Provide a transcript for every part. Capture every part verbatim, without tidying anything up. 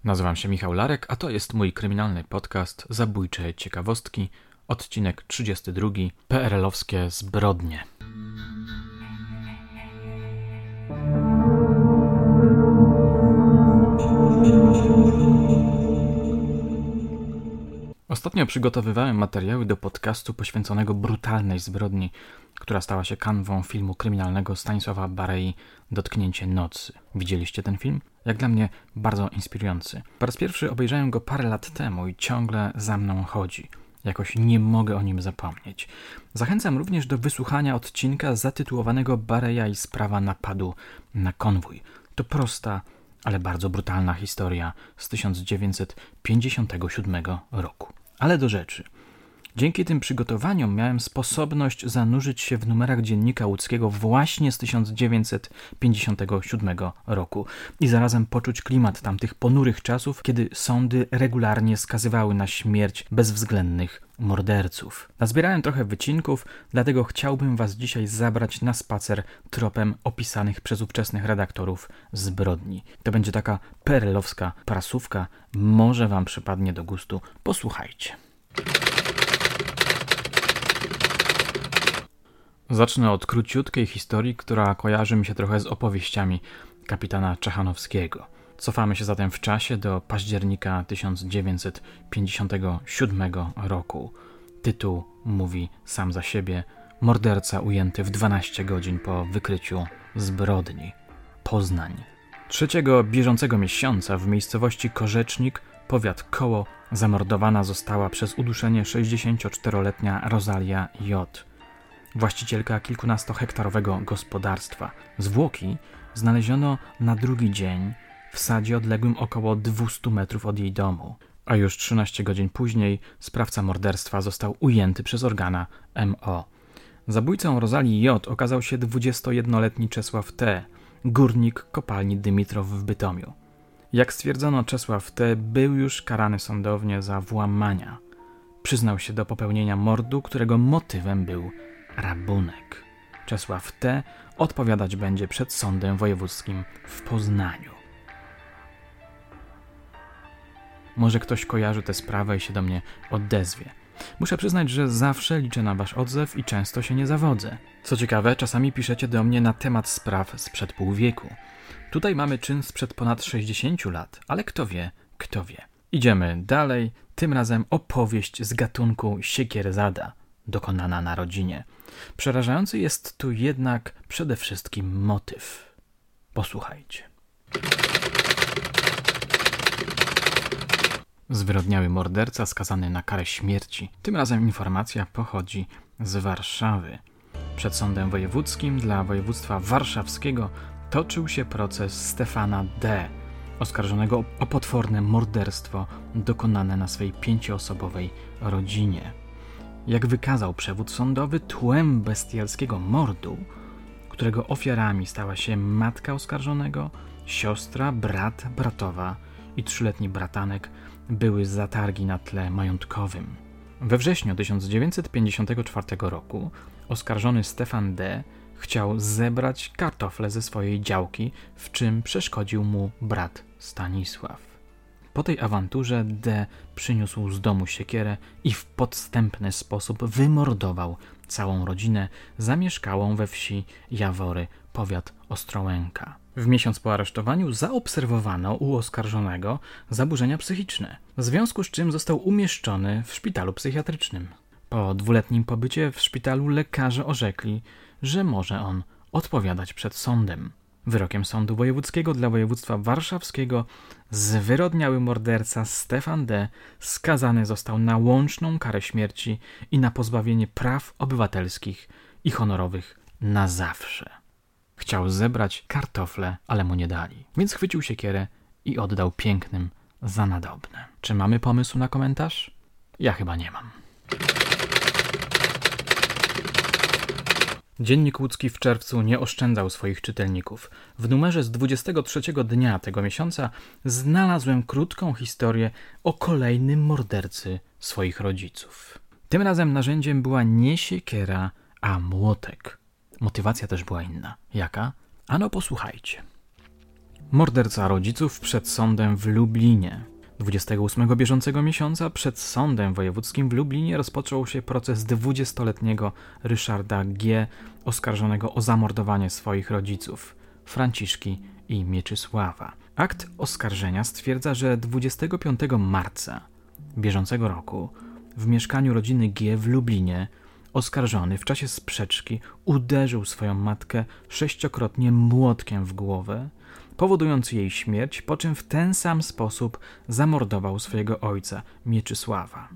Nazywam się Michał Larek, a to jest mój kryminalny podcast Zabójcze ciekawostki, odcinek trzydziesty drugi, P R L-owskie zbrodnie. Ostatnio przygotowywałem materiały do podcastu poświęconego brutalnej zbrodni, która stała się kanwą filmu kryminalnego Stanisława Barei Dotknięcie nocy. Widzieliście ten film? Jak dla mnie bardzo inspirujący. Po raz pierwszy obejrzałem go parę lat temu i ciągle za mną chodzi. Jakoś nie mogę o nim zapomnieć. Zachęcam również do wysłuchania odcinka zatytułowanego Bareja i sprawa napadu na konwój. To prosta, ale bardzo brutalna historia z tysiąc dziewięćset pięćdziesiątego siódmego roku. Ale do rzeczy. Dzięki tym przygotowaniom miałem sposobność zanurzyć się w numerach Dziennika Łódzkiego właśnie z tysiąc dziewięćset pięćdziesiątego siódmego roku i zarazem poczuć klimat tamtych ponurych czasów, kiedy sądy regularnie skazywały na śmierć bezwzględnych morderców. Nazbierałem trochę wycinków, dlatego chciałbym was dzisiaj zabrać na spacer tropem opisanych przez ówczesnych redaktorów zbrodni. To będzie taka perelowska prasówka, może wam przypadnie do gustu. Posłuchajcie. Zacznę od króciutkiej historii, która kojarzy mi się trochę z opowieściami kapitana Czechanowskiego. Cofamy się zatem w czasie do października tysiąc dziewięćset pięćdziesiątego siódmego roku. Tytuł mówi sam za siebie. Morderca ujęty w dwanaście godzin po wykryciu zbrodni. Poznań. Trzeciego bieżącego miesiąca w miejscowości Korzecznik, powiat Koło, zamordowana została przez uduszenie sześćdziesięcioczteroletnia Rosalia J., właścicielka kilkunastohektarowego gospodarstwa. Zwłoki znaleziono na drugi dzień w sadzie odległym około dwieście metrów od jej domu, a już trzynaście godzin później sprawca morderstwa został ujęty przez organa M O. Zabójcą Rosalii J. okazał się dwudziestojednoletni Czesław T., górnik kopalni Dymitrow w Bytomiu. Jak stwierdzono, Czesław T. był już karany sądownie za włamania. Przyznał się do popełnienia mordu, którego motywem był rabunek. Czesław T. odpowiadać będzie przed Sądem Wojewódzkim w Poznaniu. Może ktoś kojarzy tę sprawę i się do mnie odezwie. Muszę przyznać, że zawsze liczę na wasz odzew i często się nie zawodzę. Co ciekawe, czasami piszecie do mnie na temat spraw sprzed pół wieku. Tutaj mamy czyn sprzed ponad sześćdziesięciu lat, ale kto wie, kto wie. Idziemy dalej, tym razem opowieść z gatunku Siekierzada, dokonana na rodzinie. Przerażający jest tu jednak przede wszystkim motyw. Posłuchajcie. Zwyrodniały morderca skazany na karę śmierci. Tym razem informacja pochodzi z Warszawy. Przed Sądem Wojewódzkim dla województwa warszawskiego toczył się proces Stefana D., oskarżonego o potworne morderstwo dokonane na swej pięcioosobowej rodzinie. Jak wykazał przewód sądowy, tłem bestialskiego mordu, którego ofiarami stała się matka oskarżonego, siostra, brat, bratowa i trzyletni bratanek, były zatargi na tle majątkowym. We wrześniu tysiąc dziewięćset pięćdziesiątego czwartego roku oskarżony Stefan D. chciał zebrać kartofle ze swojej działki, w czym przeszkodził mu brat Stanisław. Po tej awanturze D. przyniósł z domu siekierę i w podstępny sposób wymordował całą rodzinę zamieszkałą we wsi Jawory, powiat Ostrołęka. W miesiąc po aresztowaniu zaobserwowano u oskarżonego zaburzenia psychiczne, w związku z czym został umieszczony w szpitalu psychiatrycznym. Po dwuletnim pobycie w szpitalu lekarze orzekli, że może on odpowiadać przed sądem. Wyrokiem Sądu Wojewódzkiego dla województwa warszawskiego zwyrodniały morderca Stefan D. skazany został na łączną karę śmierci i na pozbawienie praw obywatelskich i honorowych na zawsze. Chciał zebrać kartofle, ale mu nie dali, więc chwycił siekierę i oddał pięknym za nadobne. Czy mamy pomysł na komentarz? Ja chyba nie mam. Dziennik Łódzki w czerwcu nie oszczędzał swoich czytelników. W numerze z dwudziestego trzeciego dnia tego miesiąca znalazłem krótką historię o kolejnym mordercy swoich rodziców. Tym razem narzędziem była nie siekiera, a młotek. Motywacja też była inna. Jaka? Ano posłuchajcie. Morderca rodziców przed sądem w Lublinie. dwudziestego ósmego bieżącego miesiąca przed Sądem Wojewódzkim w Lublinie rozpoczął się proces dwudziestoletniego Ryszarda G., oskarżonego o zamordowanie swoich rodziców, Franciszki i Mieczysława. Akt oskarżenia stwierdza, że dwudziestego piątego marca bieżącego roku w mieszkaniu rodziny G. w Lublinie oskarżony w czasie sprzeczki uderzył swoją matkę sześciokrotnie młotkiem w głowę, powodując jej śmierć, po czym w ten sam sposób zamordował swojego ojca, Mieczysława.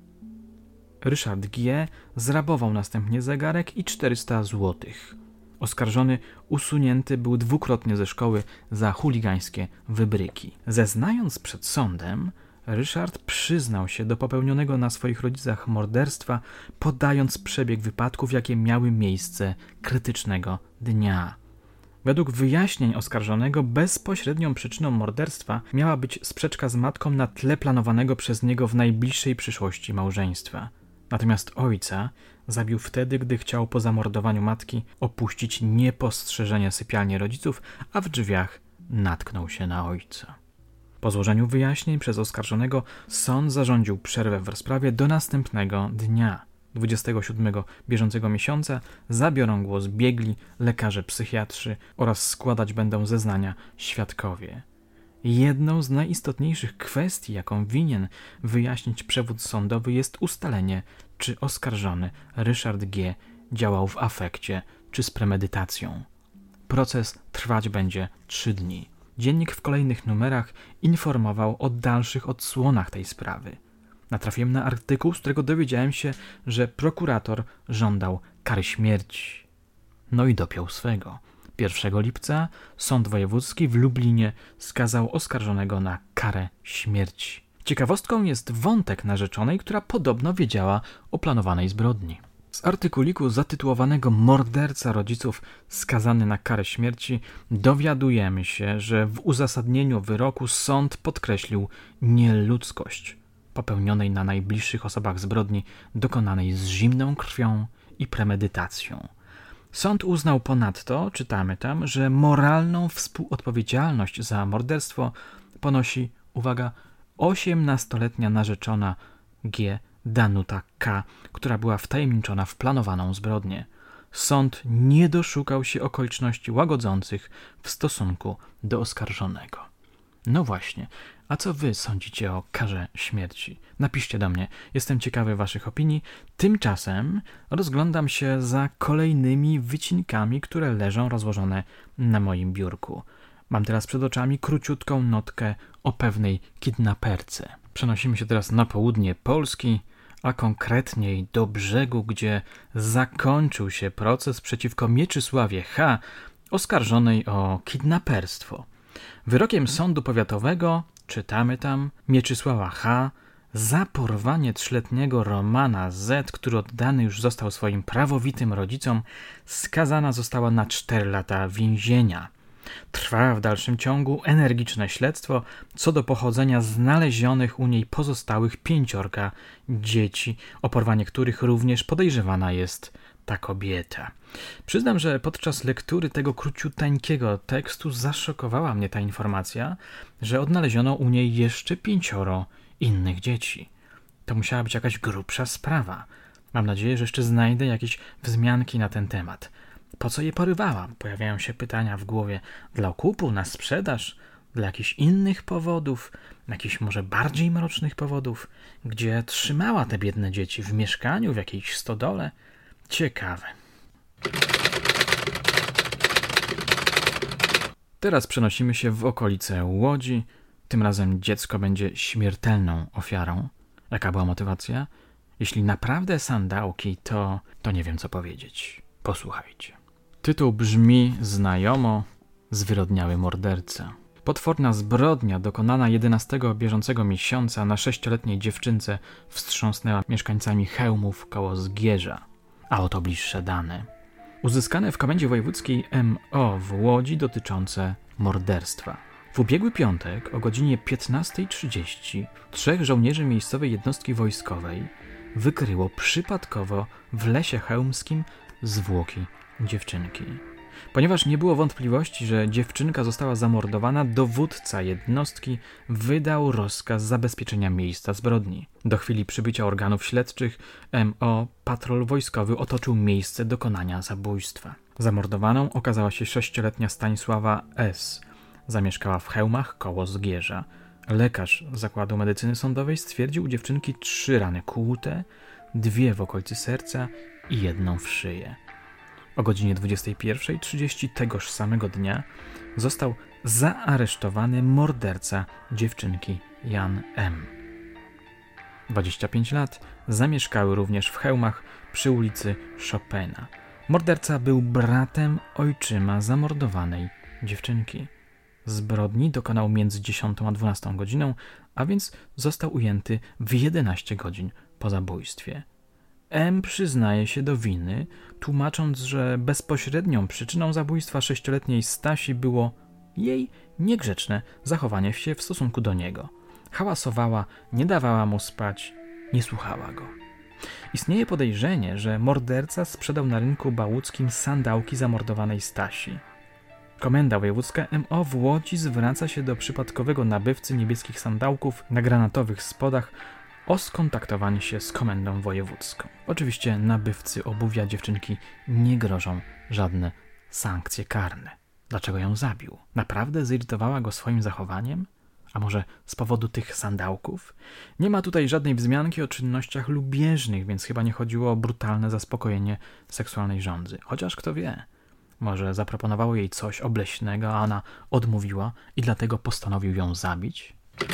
Ryszard G. zrabował następnie zegarek i czterysta złotych. Oskarżony usunięty był dwukrotnie ze szkoły za chuligańskie wybryki. Zeznając przed sądem, Ryszard przyznał się do popełnionego na swoich rodzicach morderstwa, podając przebieg wypadków, jakie miały miejsce krytycznego dnia. Według wyjaśnień oskarżonego bezpośrednią przyczyną morderstwa miała być sprzeczka z matką na tle planowanego przez niego w najbliższej przyszłości małżeństwa. Natomiast ojca zabił wtedy, gdy chciał po zamordowaniu matki opuścić niepostrzeżenie sypialnię rodziców, a w drzwiach natknął się na ojca. Po złożeniu wyjaśnień przez oskarżonego sąd zarządził przerwę w rozprawie do następnego dnia. dwudziestego siódmego bieżącego miesiąca zabiorą głos biegli, lekarze psychiatrzy oraz składać będą zeznania świadkowie. Jedną z najistotniejszych kwestii, jaką winien wyjaśnić przewód sądowy, jest ustalenie, czy oskarżony Ryszard G. działał w afekcie czy z premedytacją. Proces trwać będzie trzy dni. Dziennik w kolejnych numerach informował o dalszych odsłonach tej sprawy. Natrafiłem na artykuł, z którego dowiedziałem się, że prokurator żądał kary śmierci. No i dopiął swego. pierwszego lipca Sąd Wojewódzki w Lublinie skazał oskarżonego na karę śmierci. Ciekawostką jest wątek narzeczonej, która podobno wiedziała o planowanej zbrodni. Z artykuliku zatytułowanego Morderca rodziców skazany na karę śmierci dowiadujemy się, że w uzasadnieniu wyroku sąd podkreślił nieludzkość popełnionej na najbliższych osobach zbrodni dokonanej z zimną krwią i premedytacją. Sąd uznał ponadto, czytamy tam, że moralną współodpowiedzialność za morderstwo ponosi, uwaga, osiemnastoletnia narzeczona G. Danuta K., która była wtajemniczona w planowaną zbrodnię. Sąd nie doszukał się okoliczności łagodzących w stosunku do oskarżonego. No właśnie, a co wy sądzicie o karze śmierci? Napiszcie do mnie, jestem ciekawy waszych opinii. Tymczasem rozglądam się za kolejnymi wycinkami, które leżą rozłożone na moim biurku. Mam teraz przed oczami króciutką notkę o pewnej kidnaperce. Przenosimy się teraz na południe Polski, a konkretniej do Brzegu, gdzie zakończył się proces przeciwko Mieczysławie H., oskarżonej o kidnaperstwo. Wyrokiem sądu powiatowego, czytamy tam, Mieczysława H. za porwanie trzyletniego Romana Z., który oddany już został swoim prawowitym rodzicom, skazana została na cztery lata więzienia. Trwa w dalszym ciągu energiczne śledztwo co do pochodzenia znalezionych u niej pozostałych pięciorga dzieci, o porwanie których również podejrzewana jest ta kobieta. Przyznam, że podczas lektury tego króciuteńkiego tekstu zaszokowała mnie ta informacja, że odnaleziono u niej jeszcze pięcioro innych dzieci. To musiała być jakaś grubsza sprawa. Mam nadzieję, że jeszcze znajdę jakieś wzmianki na ten temat. Po co je porywała? Pojawiają się pytania w głowie. Dla okupu, na sprzedaż? Dla jakichś innych powodów? Jakichś może bardziej mrocznych powodów? Gdzie trzymała te biedne dzieci? W mieszkaniu? W jakiejś stodole? Ciekawe. Teraz przenosimy się w okolice Łodzi. Tym razem dziecko będzie śmiertelną ofiarą. Jaka była motywacja? Jeśli naprawdę sandałki, to, to nie wiem co powiedzieć. Posłuchajcie. Tytuł brzmi znajomo: Zwyrodniały morderca. Potworna zbrodnia dokonana jedenastego bieżącego miesiąca na sześcioletniej dziewczynce wstrząsnęła mieszkańcami Chełmów koło Zgierza. A oto bliższe dane. Uzyskane w Komendzie Wojewódzkiej M O w Łodzi dotyczące morderstwa. W ubiegły piątek o godzinie piętnastej trzydzieści trzech żołnierzy miejscowej jednostki wojskowej wykryło przypadkowo w lesie chełmskim zwłoki dziewczynki. Ponieważ nie było wątpliwości, że dziewczynka została zamordowana, dowódca jednostki wydał rozkaz zabezpieczenia miejsca zbrodni. Do chwili przybycia organów śledczych M O patrol wojskowy otoczył miejsce dokonania zabójstwa. Zamordowaną okazała się sześcioletnia Stanisława S. Zamieszkała w Chełmach koło Zgierza. Lekarz Zakładu Medycyny Sądowej stwierdził u dziewczynki trzy rany kłute, dwie w okolicy serca i jedną w szyję. O godzinie dwudziestej pierwszej trzydzieści tegoż samego dnia został zaaresztowany morderca dziewczynki Jan M. dwadzieścia pięć lat zamieszkały również w Chełmach przy ulicy Chopina. Morderca był bratem ojczyma zamordowanej dziewczynki. Zbrodni dokonał między dziesiątą a dwunastą godziną, a więc został ujęty w jedenaście godzin po zabójstwie. M przyznaje się do winy, tłumacząc, że bezpośrednią przyczyną zabójstwa sześcioletniej Stasi było jej niegrzeczne zachowanie się w stosunku do niego. Hałasowała, nie dawała mu spać, nie słuchała go. Istnieje podejrzenie, że morderca sprzedał na rynku bałuckim sandałki zamordowanej Stasi. Komenda Wojewódzka M O w Łodzi zwraca się do przypadkowego nabywcy niebieskich sandałków na granatowych spodach o skontaktowanie się z Komendą Wojewódzką. Oczywiście nabywcy obuwia dziewczynki nie grożą żadne sankcje karne. Dlaczego ją zabił? Naprawdę zirytowała go swoim zachowaniem? A może z powodu tych sandałków? Nie ma tutaj żadnej wzmianki o czynnościach lubieżnych, więc chyba nie chodziło o brutalne zaspokojenie seksualnej żądzy. Chociaż kto wie, może zaproponowało jej coś obleśnego, a ona odmówiła i dlatego postanowił ją zabić?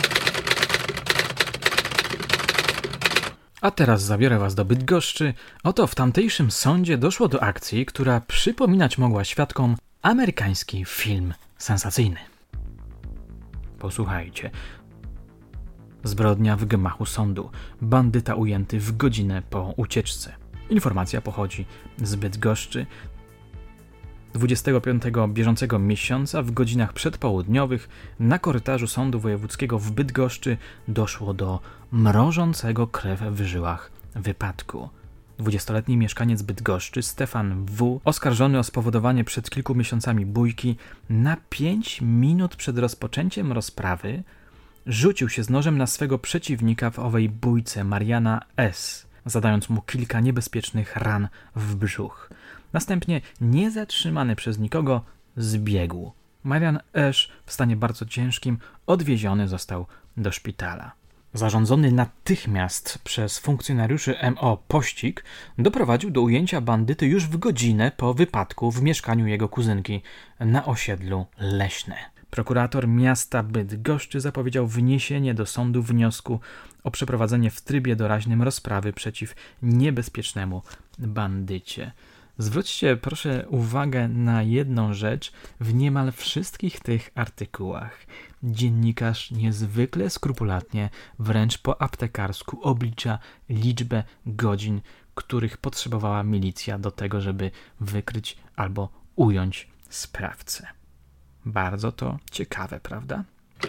A teraz zabiorę was do Bydgoszczy. Oto w tamtejszym sądzie doszło do akcji, która przypominać mogła świadkom amerykański film sensacyjny. Posłuchajcie. Zbrodnia w gmachu sądu. Bandyta ujęty w godzinę po ucieczce. Informacja pochodzi z Bydgoszczy. dwudziestego piątego bieżącego miesiąca w godzinach przedpołudniowych na korytarzu Sądu Wojewódzkiego w Bydgoszczy doszło do mrożącego krew w żyłach wypadku. Dwudziestoletni mieszkaniec Bydgoszczy Stefan W., oskarżony o spowodowanie przed kilku miesiącami bójki, na pięć minut przed rozpoczęciem rozprawy rzucił się z nożem na swego przeciwnika w owej bójce, Mariana S., zadając mu kilka niebezpiecznych ran w brzuch. Następnie, niezatrzymany przez nikogo, zbiegł. Marian S. w stanie bardzo ciężkim odwieziony został do szpitala. Zarządzony natychmiast przez funkcjonariuszy M O pościg doprowadził do ujęcia bandyty już w godzinę po wypadku w mieszkaniu jego kuzynki na osiedlu Leśne. Prokurator miasta Bydgoszczy zapowiedział wniesienie do sądu wniosku o przeprowadzenie w trybie doraźnym rozprawy przeciw niebezpiecznemu bandycie. Zwróćcie proszę uwagę na jedną rzecz w niemal wszystkich tych artykułach. Dziennikarz niezwykle skrupulatnie, wręcz po aptekarsku oblicza liczbę godzin, których potrzebowała milicja do tego, żeby wykryć albo ująć sprawcę. Bardzo to ciekawe, prawda?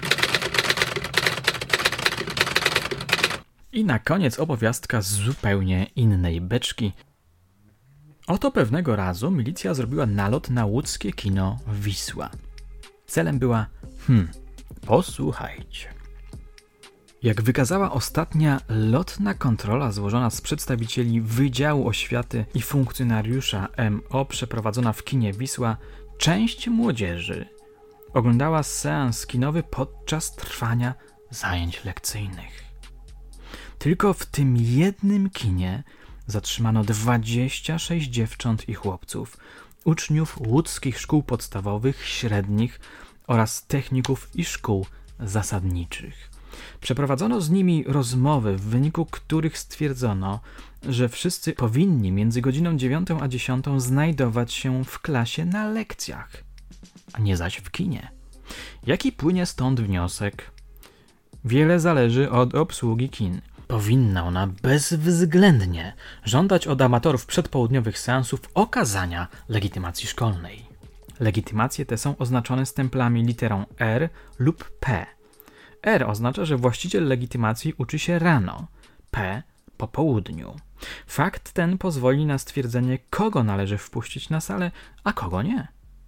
I na koniec opowiastka z zupełnie innej beczki. Oto pewnego razu milicja zrobiła nalot na łódzkie kino Wisła. Celem była, hmm, posłuchajcie. Jak wykazała ostatnia lotna kontrola złożona z przedstawicieli Wydziału Oświaty i funkcjonariusza M O przeprowadzona w kinie Wisła, część młodzieży oglądała seans kinowy podczas trwania zajęć lekcyjnych. Tylko w tym jednym kinie zatrzymano dwadzieścia sześć dziewcząt i chłopców, uczniów łódzkich szkół podstawowych, średnich oraz techników i szkół zasadniczych. Przeprowadzono z nimi rozmowy, w wyniku których stwierdzono, że wszyscy powinni między godziną dziewiątą a dziesiątą znajdować się w klasie na lekcjach, a nie zaś w kinie. Jaki płynie stąd wniosek? Wiele zależy od obsługi kin. Powinna ona bezwzględnie żądać od amatorów przedpołudniowych seansów okazania legitymacji szkolnej. Legitymacje te są oznaczone stemplami literą R lub P. R oznacza, że właściciel legitymacji uczy się rano, P po południu. Fakt ten pozwoli na stwierdzenie, kogo należy wpuścić na salę, a kogo nie.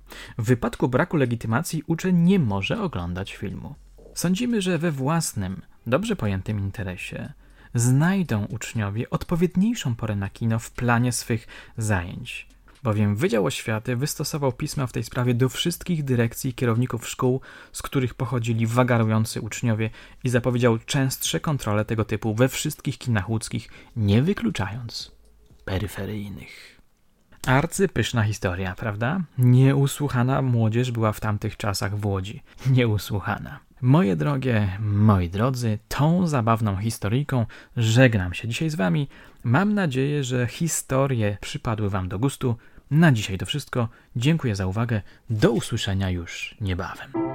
W wypadku braku legitymacji uczeń nie może oglądać filmu. Sądzimy, że we własnym, dobrze pojętym interesie znajdą uczniowie odpowiedniejszą porę na kino w planie swych zajęć, bowiem Wydział Oświaty wystosował pisma w tej sprawie do wszystkich dyrekcji i kierowników szkół, z których pochodzili wagarujący uczniowie i zapowiedział częstsze kontrole tego typu we wszystkich kinach łódzkich, nie wykluczając peryferyjnych. Arcypyszna historia, prawda? Nieusłuchana młodzież była w tamtych czasach w Łodzi. Nieusłuchana. Moje drogie, moi drodzy, tą zabawną historyjką żegnam się dzisiaj z wami. Mam nadzieję, że historie przypadły wam do gustu. Na dzisiaj to wszystko. Dziękuję za uwagę. Do usłyszenia już niebawem.